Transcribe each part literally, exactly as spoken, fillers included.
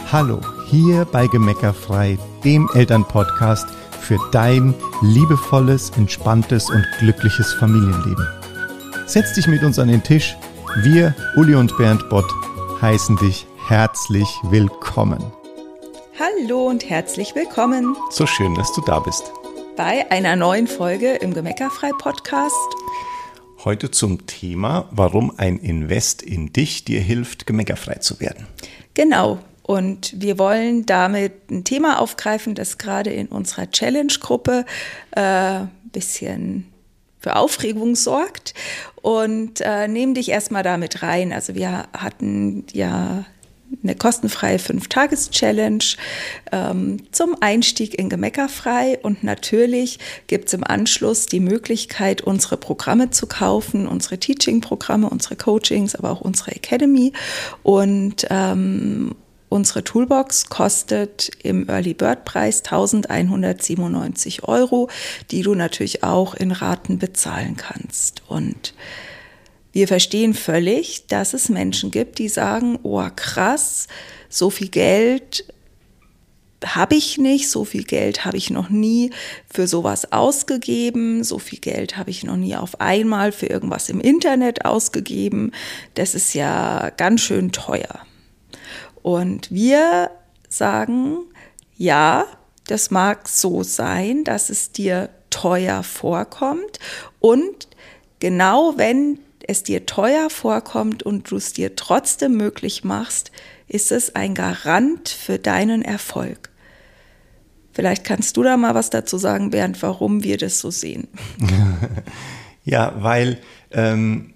Hallo, hier bei Gemeckerfrei, dem Elternpodcast für dein liebevolles, entspanntes und glückliches Familienleben. Setz dich mit uns an den Tisch. Wir, Uli und Bernd Bott, heißen dich herzlich willkommen. Hallo und herzlich willkommen. So schön, dass du da bist. Bei einer neuen Folge im Gemeckerfrei-Podcast. Heute zum Thema, warum ein Invest in dich dir hilft, gemeckerfrei zu werden. Genau. Und wir wollen damit ein Thema aufgreifen, das gerade in unserer Challenge-Gruppe ein äh, bisschen für Aufregung sorgt. Und äh, nehmen dich erstmal damit rein. Also wir hatten ja eine kostenfreie fünf-Tages-Challenge ähm, zum Einstieg in Gemeckerfrei. Und natürlich gibt es im Anschluss die Möglichkeit, unsere Programme zu kaufen, unsere Teaching-Programme, unsere Coachings, aber auch unsere Academy. Und ähm, unsere Toolbox kostet im Early Bird Preis eintausendeinhundertsiebenundneunzig Euro, die du natürlich auch in Raten bezahlen kannst. Und wir verstehen völlig, dass es Menschen gibt, die sagen, oh krass, so viel Geld habe ich nicht, so viel Geld habe ich noch nie für sowas ausgegeben, so viel Geld habe ich noch nie auf einmal für irgendwas im Internet ausgegeben. Das ist ja ganz schön teuer. Und wir sagen, ja, das mag so sein, dass es dir teuer vorkommt. Und genau wenn es dir teuer vorkommt und du es dir trotzdem möglich machst, ist es ein Garant für deinen Erfolg. Vielleicht kannst du da mal was dazu sagen, Bernd, warum wir das so sehen. Ja, weil ähm,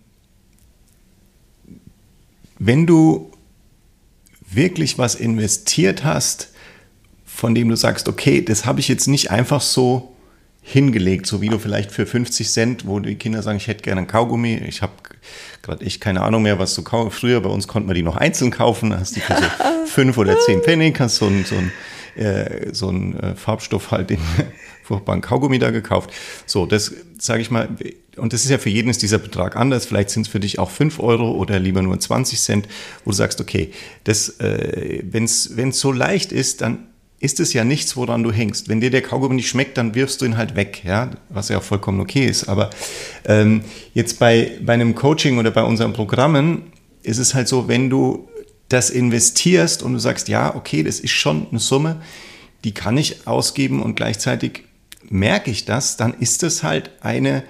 wenn du wirklich was investiert hast, von dem du sagst, okay, das habe ich jetzt nicht einfach so hingelegt, so wie du vielleicht für fünfzig Cent, wo die Kinder sagen, ich hätte gerne einen Kaugummi, ich habe gerade echt keine Ahnung mehr, was zu kaufen. Früher bei uns konnte man die noch einzeln kaufen, da hast du für so fünf oder zehn Pfennig, hast so einen so ein, äh, so ein äh, Farbstoff halt, den furchtbaren Kaugummi da gekauft. So, das sage ich mal, und das ist ja für jeden ist dieser Betrag anders, vielleicht sind es für dich auch fünf Euro oder lieber nur zwanzig Cent, wo du sagst, okay, das, äh, wenn es so leicht ist, dann ist es ja nichts, woran du hängst. Wenn dir der Kaugummi nicht schmeckt, dann wirfst du ihn halt weg, ja, was ja auch vollkommen okay ist. Aber ähm, jetzt bei, bei einem Coaching oder bei unseren Programmen ist es halt so, wenn du das investierst und du sagst, ja, okay, das ist schon eine Summe, die kann ich ausgeben und gleichzeitig merke ich das, dann ist es halt eine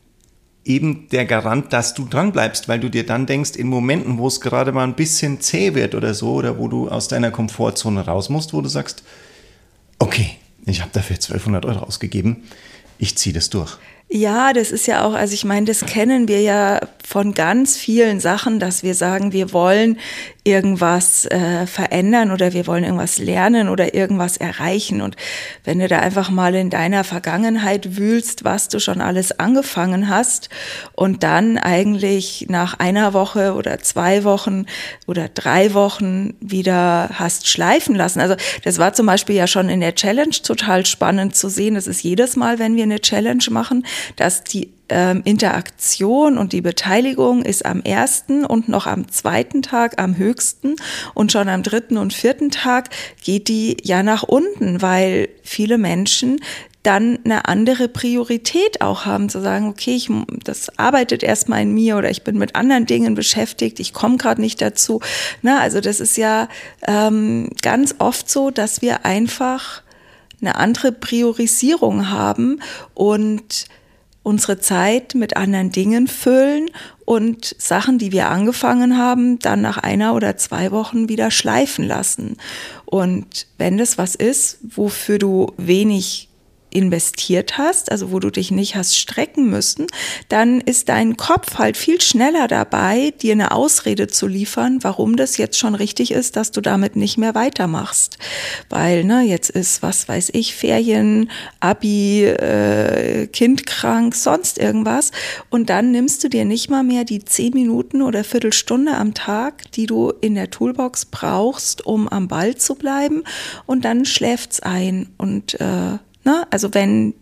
eben der Garant, dass du dran bleibst, weil du dir dann denkst, in Momenten, wo es gerade mal ein bisschen zäh wird oder so, oder wo du aus deiner Komfortzone raus musst, wo du sagst, okay, ich habe dafür zwölfhundert Euro ausgegeben, ich ziehe das durch. Ja, das ist ja auch, also ich meine, das kennen wir ja von ganz vielen Sachen, dass wir sagen, wir wollen irgendwas äh, verändern oder wir wollen irgendwas lernen oder irgendwas erreichen. Und wenn du da einfach mal in deiner Vergangenheit wühlst, was du schon alles angefangen hast und dann eigentlich nach einer Woche oder zwei Wochen oder drei Wochen wieder hast schleifen lassen. Also das war zum Beispiel ja schon in der Challenge total spannend zu sehen. Das ist jedes Mal, wenn wir eine Challenge machen, dass die ähm, Interaktion und die Beteiligung ist am ersten und noch am zweiten Tag am höchsten und schon am dritten und vierten Tag geht die ja nach unten, weil viele Menschen dann eine andere Priorität auch haben, zu sagen, okay, ich, das arbeitet erstmal in mir oder ich bin mit anderen Dingen beschäftigt, ich komme gerade nicht dazu. Na, also das ist ja ähm, ganz oft so, dass wir einfach eine andere Priorisierung haben und unsere Zeit mit anderen Dingen füllen und Sachen, die wir angefangen haben, dann nach einer oder zwei Wochen wieder schleifen lassen. Und wenn das was ist, wofür du wenig investiert hast, also wo du dich nicht hast strecken müssen, dann ist dein Kopf halt viel schneller dabei, dir eine Ausrede zu liefern, warum das jetzt schon richtig ist, dass du damit nicht mehr weitermachst. Weil, ne, jetzt ist, was weiß ich, Ferien, Abi, äh, Kind krank, sonst irgendwas. Und dann nimmst du dir nicht mal mehr die zehn Minuten oder Viertelstunde am Tag, die du in der Toolbox brauchst, um am Ball zu bleiben. Und dann schläft's ein und äh, Ne? Also wenn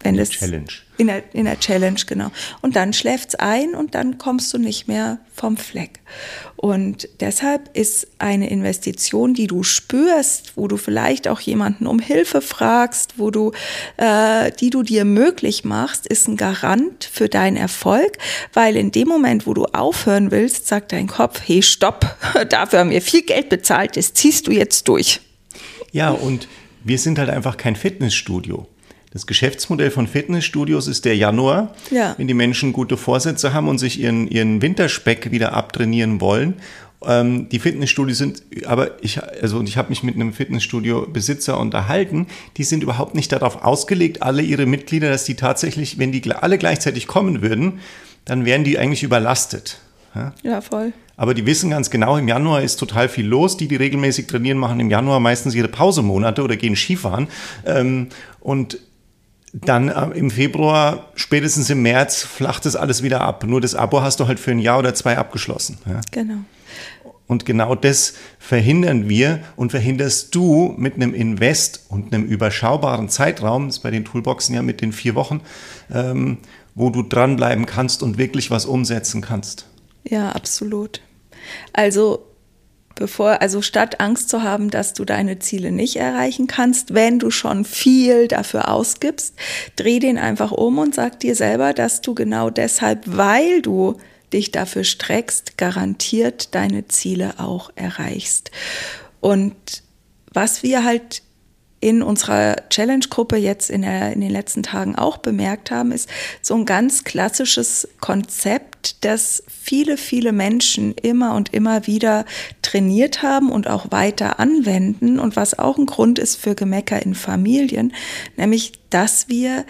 Wenn in der das, Challenge. In der, in der Challenge, genau. Und dann schläft's ein und dann kommst du nicht mehr vom Fleck. Und deshalb ist eine Investition, die du spürst, wo du vielleicht auch jemanden um Hilfe fragst, wo du, äh, die du dir möglich machst, ist ein Garant für deinen Erfolg, weil in dem Moment, wo du aufhören willst, sagt dein Kopf, hey, stopp, dafür haben wir viel Geld bezahlt, das ziehst du jetzt durch. Ja, und wir sind halt einfach kein Fitnessstudio. Das Geschäftsmodell von Fitnessstudios ist der Januar, ja. Wenn die Menschen gute Vorsätze haben und sich ihren, ihren Winterspeck wieder abtrainieren wollen. Ähm, die Fitnessstudios sind, aber ich, also ich habe mich mit einem Fitnessstudio-Besitzer unterhalten, die sind überhaupt nicht darauf ausgelegt, alle ihre Mitglieder, dass die tatsächlich, wenn die alle gleichzeitig kommen würden, dann wären die eigentlich überlastet. Ja, ja voll. Aber die wissen ganz genau, im Januar ist total viel los. Die, die regelmäßig trainieren, machen im Januar meistens ihre Pausemonate oder gehen Skifahren. Ähm, und dann äh, im Februar, spätestens im März, flacht das alles wieder ab. Nur das Abo hast du halt für ein Jahr oder zwei abgeschlossen. Ja? Genau. Und genau das verhindern wir und verhinderst du mit einem Invest und einem überschaubaren Zeitraum, das ist bei den Toolboxen ja mit den vier Wochen, ähm, wo du dranbleiben kannst und wirklich was umsetzen kannst. Ja, absolut. Also bevor, also statt Angst zu haben, dass du deine Ziele nicht erreichen kannst, wenn du schon viel dafür ausgibst, dreh den einfach um und sag dir selber, dass du genau deshalb, weil du dich dafür streckst, garantiert deine Ziele auch erreichst. Und was wir halt in unserer Challenge-Gruppe jetzt in, der, in den letzten Tagen auch bemerkt haben, ist so ein ganz klassisches Konzept, das viele, viele Menschen immer und immer wieder trainiert haben und auch weiter anwenden und was auch ein Grund ist für Gemecker in Familien, nämlich, dass wir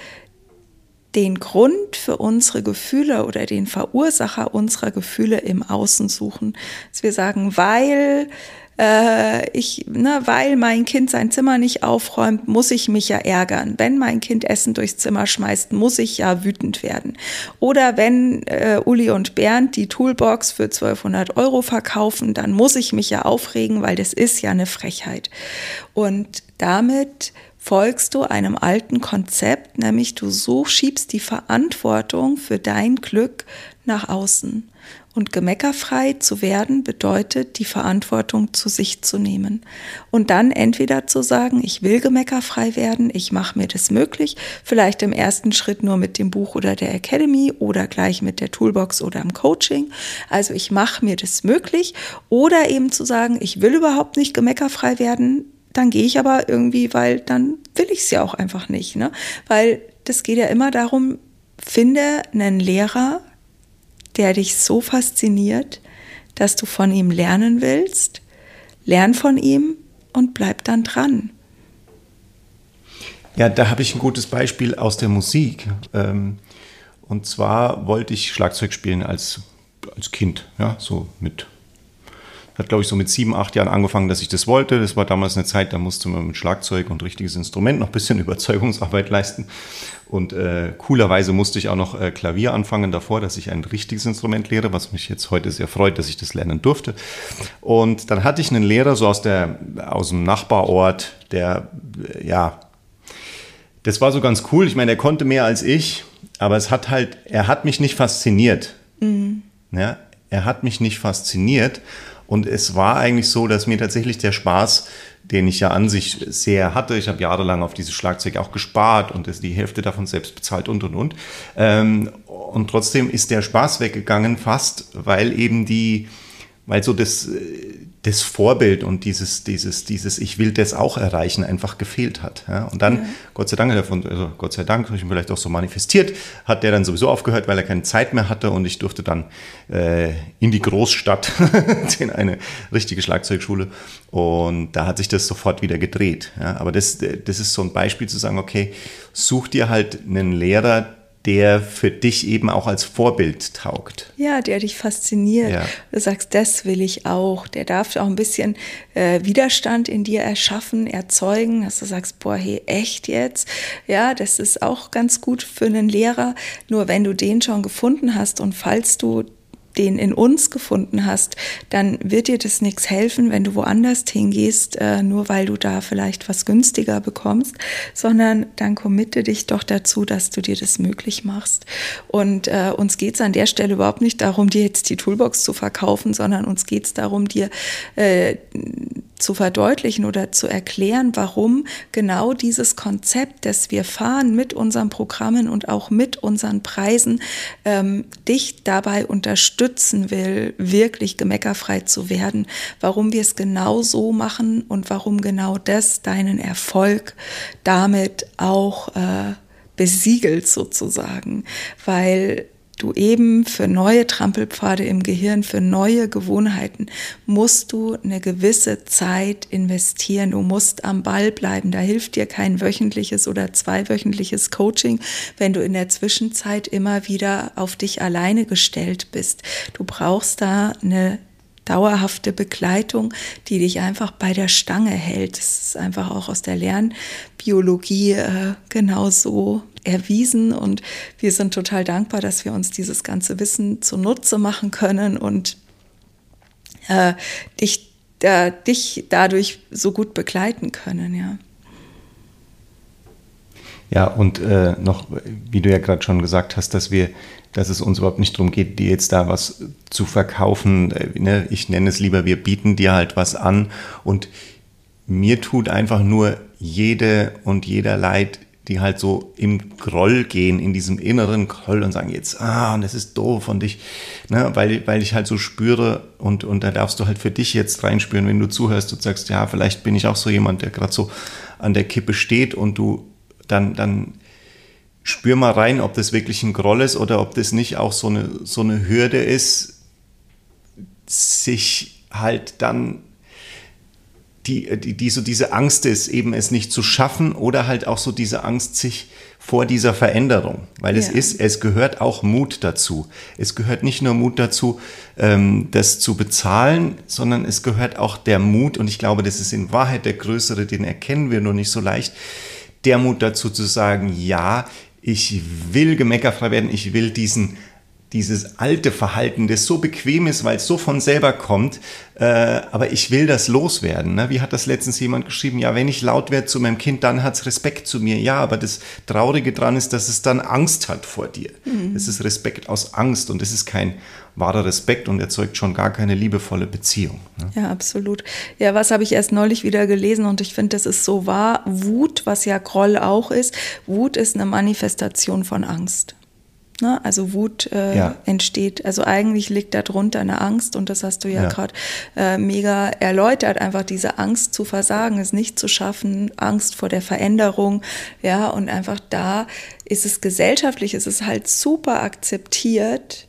den Grund für unsere Gefühle oder den Verursacher unserer Gefühle im Außen suchen. Dass wir sagen, weil äh, ich, ne, weil mein Kind sein Zimmer nicht aufräumt, muss ich mich ja ärgern. Wenn mein Kind Essen durchs Zimmer schmeißt, muss ich ja wütend werden. Oder wenn äh, Uli und Bernd die Toolbox für zwölfhundert Euro verkaufen, dann muss ich mich ja aufregen, weil das ist ja eine Frechheit. Und damit folgst du einem alten Konzept, nämlich du so schiebst die Verantwortung für dein Glück nach außen. Und gemeckerfrei zu werden bedeutet, die Verantwortung zu sich zu nehmen. Und dann entweder zu sagen, ich will gemeckerfrei werden, ich mache mir das möglich, vielleicht im ersten Schritt nur mit dem Buch oder der Academy oder gleich mit der Toolbox oder im Coaching. Also ich mache mir das möglich. Oder eben zu sagen, ich will überhaupt nicht gemeckerfrei werden, dann gehe ich aber irgendwie, weil dann will ich es ja auch einfach nicht. Ne? Weil das geht ja immer darum, finde einen Lehrer, der dich so fasziniert, dass du von ihm lernen willst, lern von ihm und bleib dann dran. Ja, da habe ich ein gutes Beispiel aus der Musik. Und zwar wollte ich Schlagzeug spielen als, als Kind, ja, so mit Hat, glaube ich, so mit sieben, acht Jahren angefangen, dass ich das wollte. Das war damals eine Zeit, da musste man mit Schlagzeug und richtiges Instrument noch ein bisschen Überzeugungsarbeit leisten. Und äh, coolerweise musste ich auch noch äh, Klavier anfangen davor, dass ich ein richtiges Instrument lehre, was mich jetzt heute sehr freut, dass ich das lernen durfte. Und dann hatte ich einen Lehrer so aus, der, aus dem Nachbarort, der, äh, ja, das war so ganz cool. Ich meine, er konnte mehr als ich, aber es hat halt, er hat mich nicht fasziniert. Mhm. Ja, er hat mich nicht fasziniert. Und es war eigentlich so, dass mir tatsächlich der Spaß, den ich ja an sich sehr hatte, ich habe jahrelang auf dieses Schlagzeug auch gespart und die Hälfte davon selbst bezahlt und, und, und. Und trotzdem ist der Spaß weggegangen fast, weil eben die, weil so das, das Vorbild und dieses, dieses, dieses ich will das auch erreichen einfach gefehlt hat. Ja? Und dann, ja. Gott sei Dank, davon, also Gott sei Dank, habe ich ihn vielleicht auch so manifestiert, hat der dann sowieso aufgehört, weil er keine Zeit mehr hatte und ich durfte dann äh, in die Großstadt, in eine richtige Schlagzeugschule und da hat sich das sofort wieder gedreht. Ja? Aber das, das ist so ein Beispiel zu sagen, okay, such dir halt einen Lehrer, der für dich eben auch als Vorbild taugt. Ja, der dich fasziniert. Ja. Du sagst, das will ich auch. Der darf auch ein bisschen äh, Widerstand in dir erschaffen, erzeugen, dass du sagst, boah, hey, echt jetzt? Ja, das ist auch ganz gut für einen Lehrer. Nur wenn du den schon gefunden hast und falls du den in uns gefunden hast, dann wird dir das nichts helfen, wenn du woanders hingehst, äh, nur weil du da vielleicht was günstiger bekommst, sondern dann committe dich doch dazu, dass du dir das möglich machst. Und äh, uns geht es an der Stelle überhaupt nicht darum, dir jetzt die Toolbox zu verkaufen, sondern uns geht es darum, dir äh, zu verdeutlichen oder zu erklären, warum genau dieses Konzept, das wir fahren mit unseren Programmen und auch mit unseren Preisen, ähm, dich dabei unterstützen will, wirklich gemeckerfrei zu werden, warum wir es genau so machen und warum genau das deinen Erfolg damit auch äh, besiegelt sozusagen, weil du eben für neue Trampelpfade im Gehirn, für neue Gewohnheiten musst du eine gewisse Zeit investieren. Du musst am Ball bleiben. Da hilft dir kein wöchentliches oder zweiwöchentliches Coaching, wenn du in der Zwischenzeit immer wieder auf dich alleine gestellt bist. Du brauchst da eine dauerhafte Begleitung, die dich einfach bei der Stange hält. Das ist einfach auch aus der Lernbiologie äh, genauso erwiesen und wir sind total dankbar, dass wir uns dieses ganze Wissen zunutze machen können und äh, dich, äh, dich dadurch so gut begleiten können, ja. Ja, und äh, noch, wie du ja gerade schon gesagt hast, dass wir, dass es uns überhaupt nicht darum geht, dir jetzt da was zu verkaufen. Äh, ne? Ich nenne es lieber, wir bieten dir halt was an und mir tut einfach nur jede und jeder leid, die halt so im Groll gehen, in diesem inneren Groll und sagen jetzt, ah, und das ist doof und ich, ne, weil, weil ich halt so spüre und, und da darfst du halt für dich jetzt reinspüren, wenn du zuhörst und sagst, ja, vielleicht bin ich auch so jemand, der gerade so an der Kippe steht und du dann, dann spür mal rein, ob das wirklich ein Groll ist oder ob das nicht auch so eine, so eine Hürde ist, sich halt dann Die, die, die so diese Angst ist, eben es nicht zu schaffen oder halt auch so diese Angst sich vor dieser Veränderung, weil es ja. ist, es gehört auch Mut dazu. Es gehört nicht nur Mut dazu, ähm, das zu bezahlen, sondern es gehört auch der Mut und ich glaube, das ist in Wahrheit der größere, den erkennen wir nur nicht so leicht, der Mut dazu zu sagen, ja, ich will gemeckerfrei werden, ich will diesen dieses alte Verhalten, das so bequem ist, weil es so von selber kommt, äh, aber ich will das loswerden. Ne? Wie hat das letztens jemand geschrieben? Ja, wenn ich laut werde zu meinem Kind, dann hat es Respekt zu mir. Ja, aber das Traurige dran ist, dass es dann Angst hat vor dir. Mhm. Es ist Respekt aus Angst und es ist kein wahrer Respekt und erzeugt schon gar keine liebevolle Beziehung. Ne? Ja, absolut. Ja, was habe ich erst neulich wieder gelesen und ich finde, das ist so wahr. Wut, was ja Groll auch ist, Wut ist eine Manifestation von Angst. Also Wut äh, ja. entsteht, also eigentlich liegt darunter eine Angst und das hast du ja, ja. gerade äh, mega erläutert, einfach diese Angst zu versagen, es nicht zu schaffen, Angst vor der Veränderung, ja, und einfach da ist es gesellschaftlich, es ist halt super akzeptiert,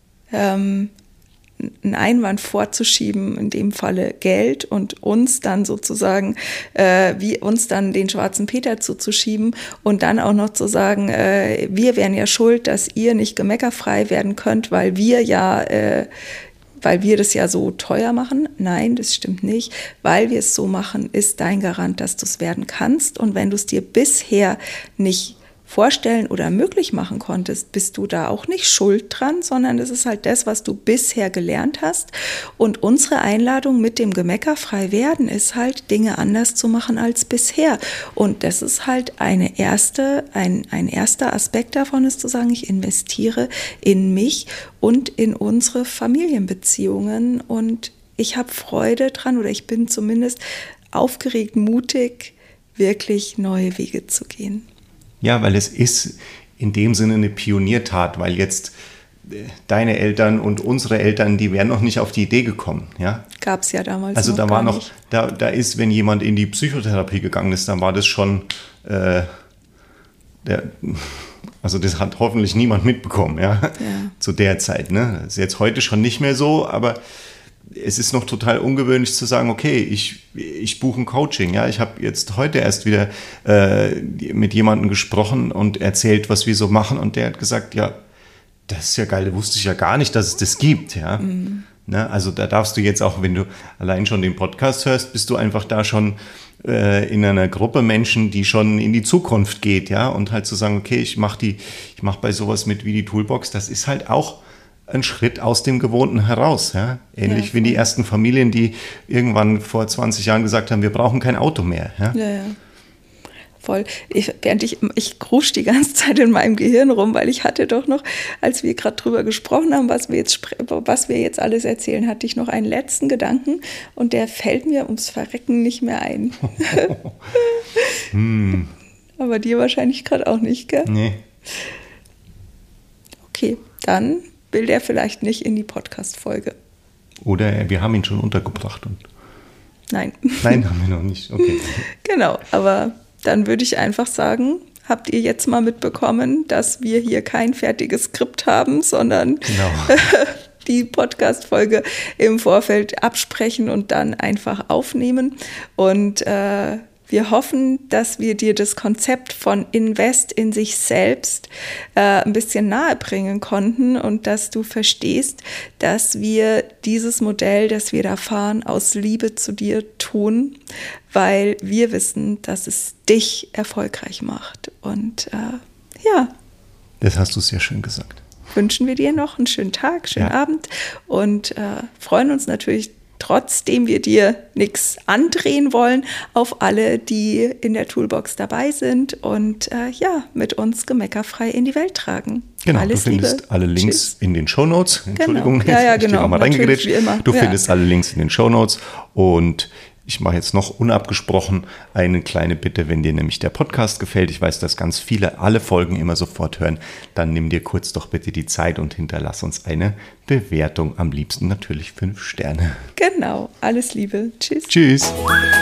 ähm, einen Einwand vorzuschieben, in dem Falle Geld und uns dann sozusagen, äh, wie uns dann den schwarzen Peter zuzuschieben und dann auch noch zu sagen, äh, wir wären ja schuld, dass ihr nicht gemeckerfrei werden könnt, weil wir ja, äh, weil wir das ja so teuer machen. Nein, das stimmt nicht. Weil wir es so machen, ist dein Garant, dass du es werden kannst und wenn du es dir bisher nicht vorstellen oder möglich machen konntest, bist du da auch nicht schuld dran, sondern es ist halt das, was du bisher gelernt hast. Und unsere Einladung mit dem Gemeckerfrei werden ist halt, Dinge anders zu machen als bisher. Und das ist halt eine erste, ein, ein erster Aspekt davon ist zu sagen, ich investiere in mich und in unsere Familienbeziehungen und ich habe Freude dran oder ich bin zumindest aufgeregt, mutig, wirklich neue Wege zu gehen. Ja, weil es ist in dem Sinne eine Pioniertat, weil jetzt deine Eltern und unsere Eltern, die wären noch nicht auf die Idee gekommen. Ja? Gab es ja damals also noch da gar war noch, nicht. Da, da ist, wenn jemand in die Psychotherapie gegangen ist, dann war das schon, äh, der, also das hat hoffentlich niemand mitbekommen, ja, ja. zu der Zeit. Ne? Das ist jetzt heute schon nicht mehr so, aber es ist noch total ungewöhnlich zu sagen, okay, ich, ich buche ein Coaching. Ja, ich habe jetzt heute erst wieder äh, mit jemandem gesprochen und erzählt, was wir so machen. Und der hat gesagt, ja, das ist ja geil, da wusste ich ja gar nicht, dass es das gibt. Ja, mhm. ne? Also da darfst du jetzt auch, wenn du allein schon den Podcast hörst, bist du einfach da schon äh, in einer Gruppe Menschen, die schon in die Zukunft geht. Ja, und halt zu sagen, okay, ich mache die, ich mache bei sowas mit wie die Toolbox, das ist halt auch ein Schritt aus dem Gewohnten heraus. Ja? Ähnlich Ja, wie die ersten Familien, die irgendwann vor zwanzig Jahren gesagt haben, wir brauchen kein Auto mehr. Ja, ja, ja. Voll. Ich, während ich, ich krusch die ganze Zeit in meinem Gehirn rum, weil ich hatte doch noch, als wir gerade drüber gesprochen haben, was wir jetzt, was wir jetzt alles erzählen, hatte ich noch einen letzten Gedanken und der fällt mir ums Verrecken nicht mehr ein. hm. Aber dir wahrscheinlich gerade auch nicht, gell? Nee. Okay, dann will der vielleicht nicht in die Podcast-Folge. Oder wir haben ihn schon untergebracht. Und Nein. Nein, haben wir noch nicht. Okay. Genau, aber dann würde ich einfach sagen, habt ihr jetzt mal mitbekommen, dass wir hier kein fertiges Skript haben, sondern genau. die Podcast-Folge im Vorfeld absprechen und dann einfach aufnehmen. Und äh, wir hoffen, dass wir dir das Konzept von Invest in sich selbst äh, ein bisschen nahe bringen konnten und dass du verstehst, dass wir dieses Modell, das wir da fahren, aus Liebe zu dir tun, weil wir wissen, dass es dich erfolgreich macht. Und äh, ja. Das hast du sehr schön gesagt. Wünschen wir dir noch einen schönen Tag, schönen ja. Abend und äh, freuen uns natürlich, trotzdem wir dir nichts andrehen wollen, auf alle, die in der Toolbox dabei sind und äh, ja, mit uns gemeckerfrei in die Welt tragen. Genau, Alles du findest Liebe. alle Links Tschüss. In den Shownotes. Entschuldigung, genau. ja, ja, ich genau. bin auch mal reingegrätscht. Du ja. findest alle Links in den Shownotes und ich mache jetzt noch unabgesprochen eine kleine Bitte, wenn dir nämlich der Podcast gefällt. Ich weiß, dass ganz viele alle Folgen immer sofort hören. Dann nimm dir kurz doch bitte die Zeit und hinterlass uns eine Bewertung. Am liebsten natürlich fünf Sterne. Genau. Alles Liebe. Tschüss. Tschüss.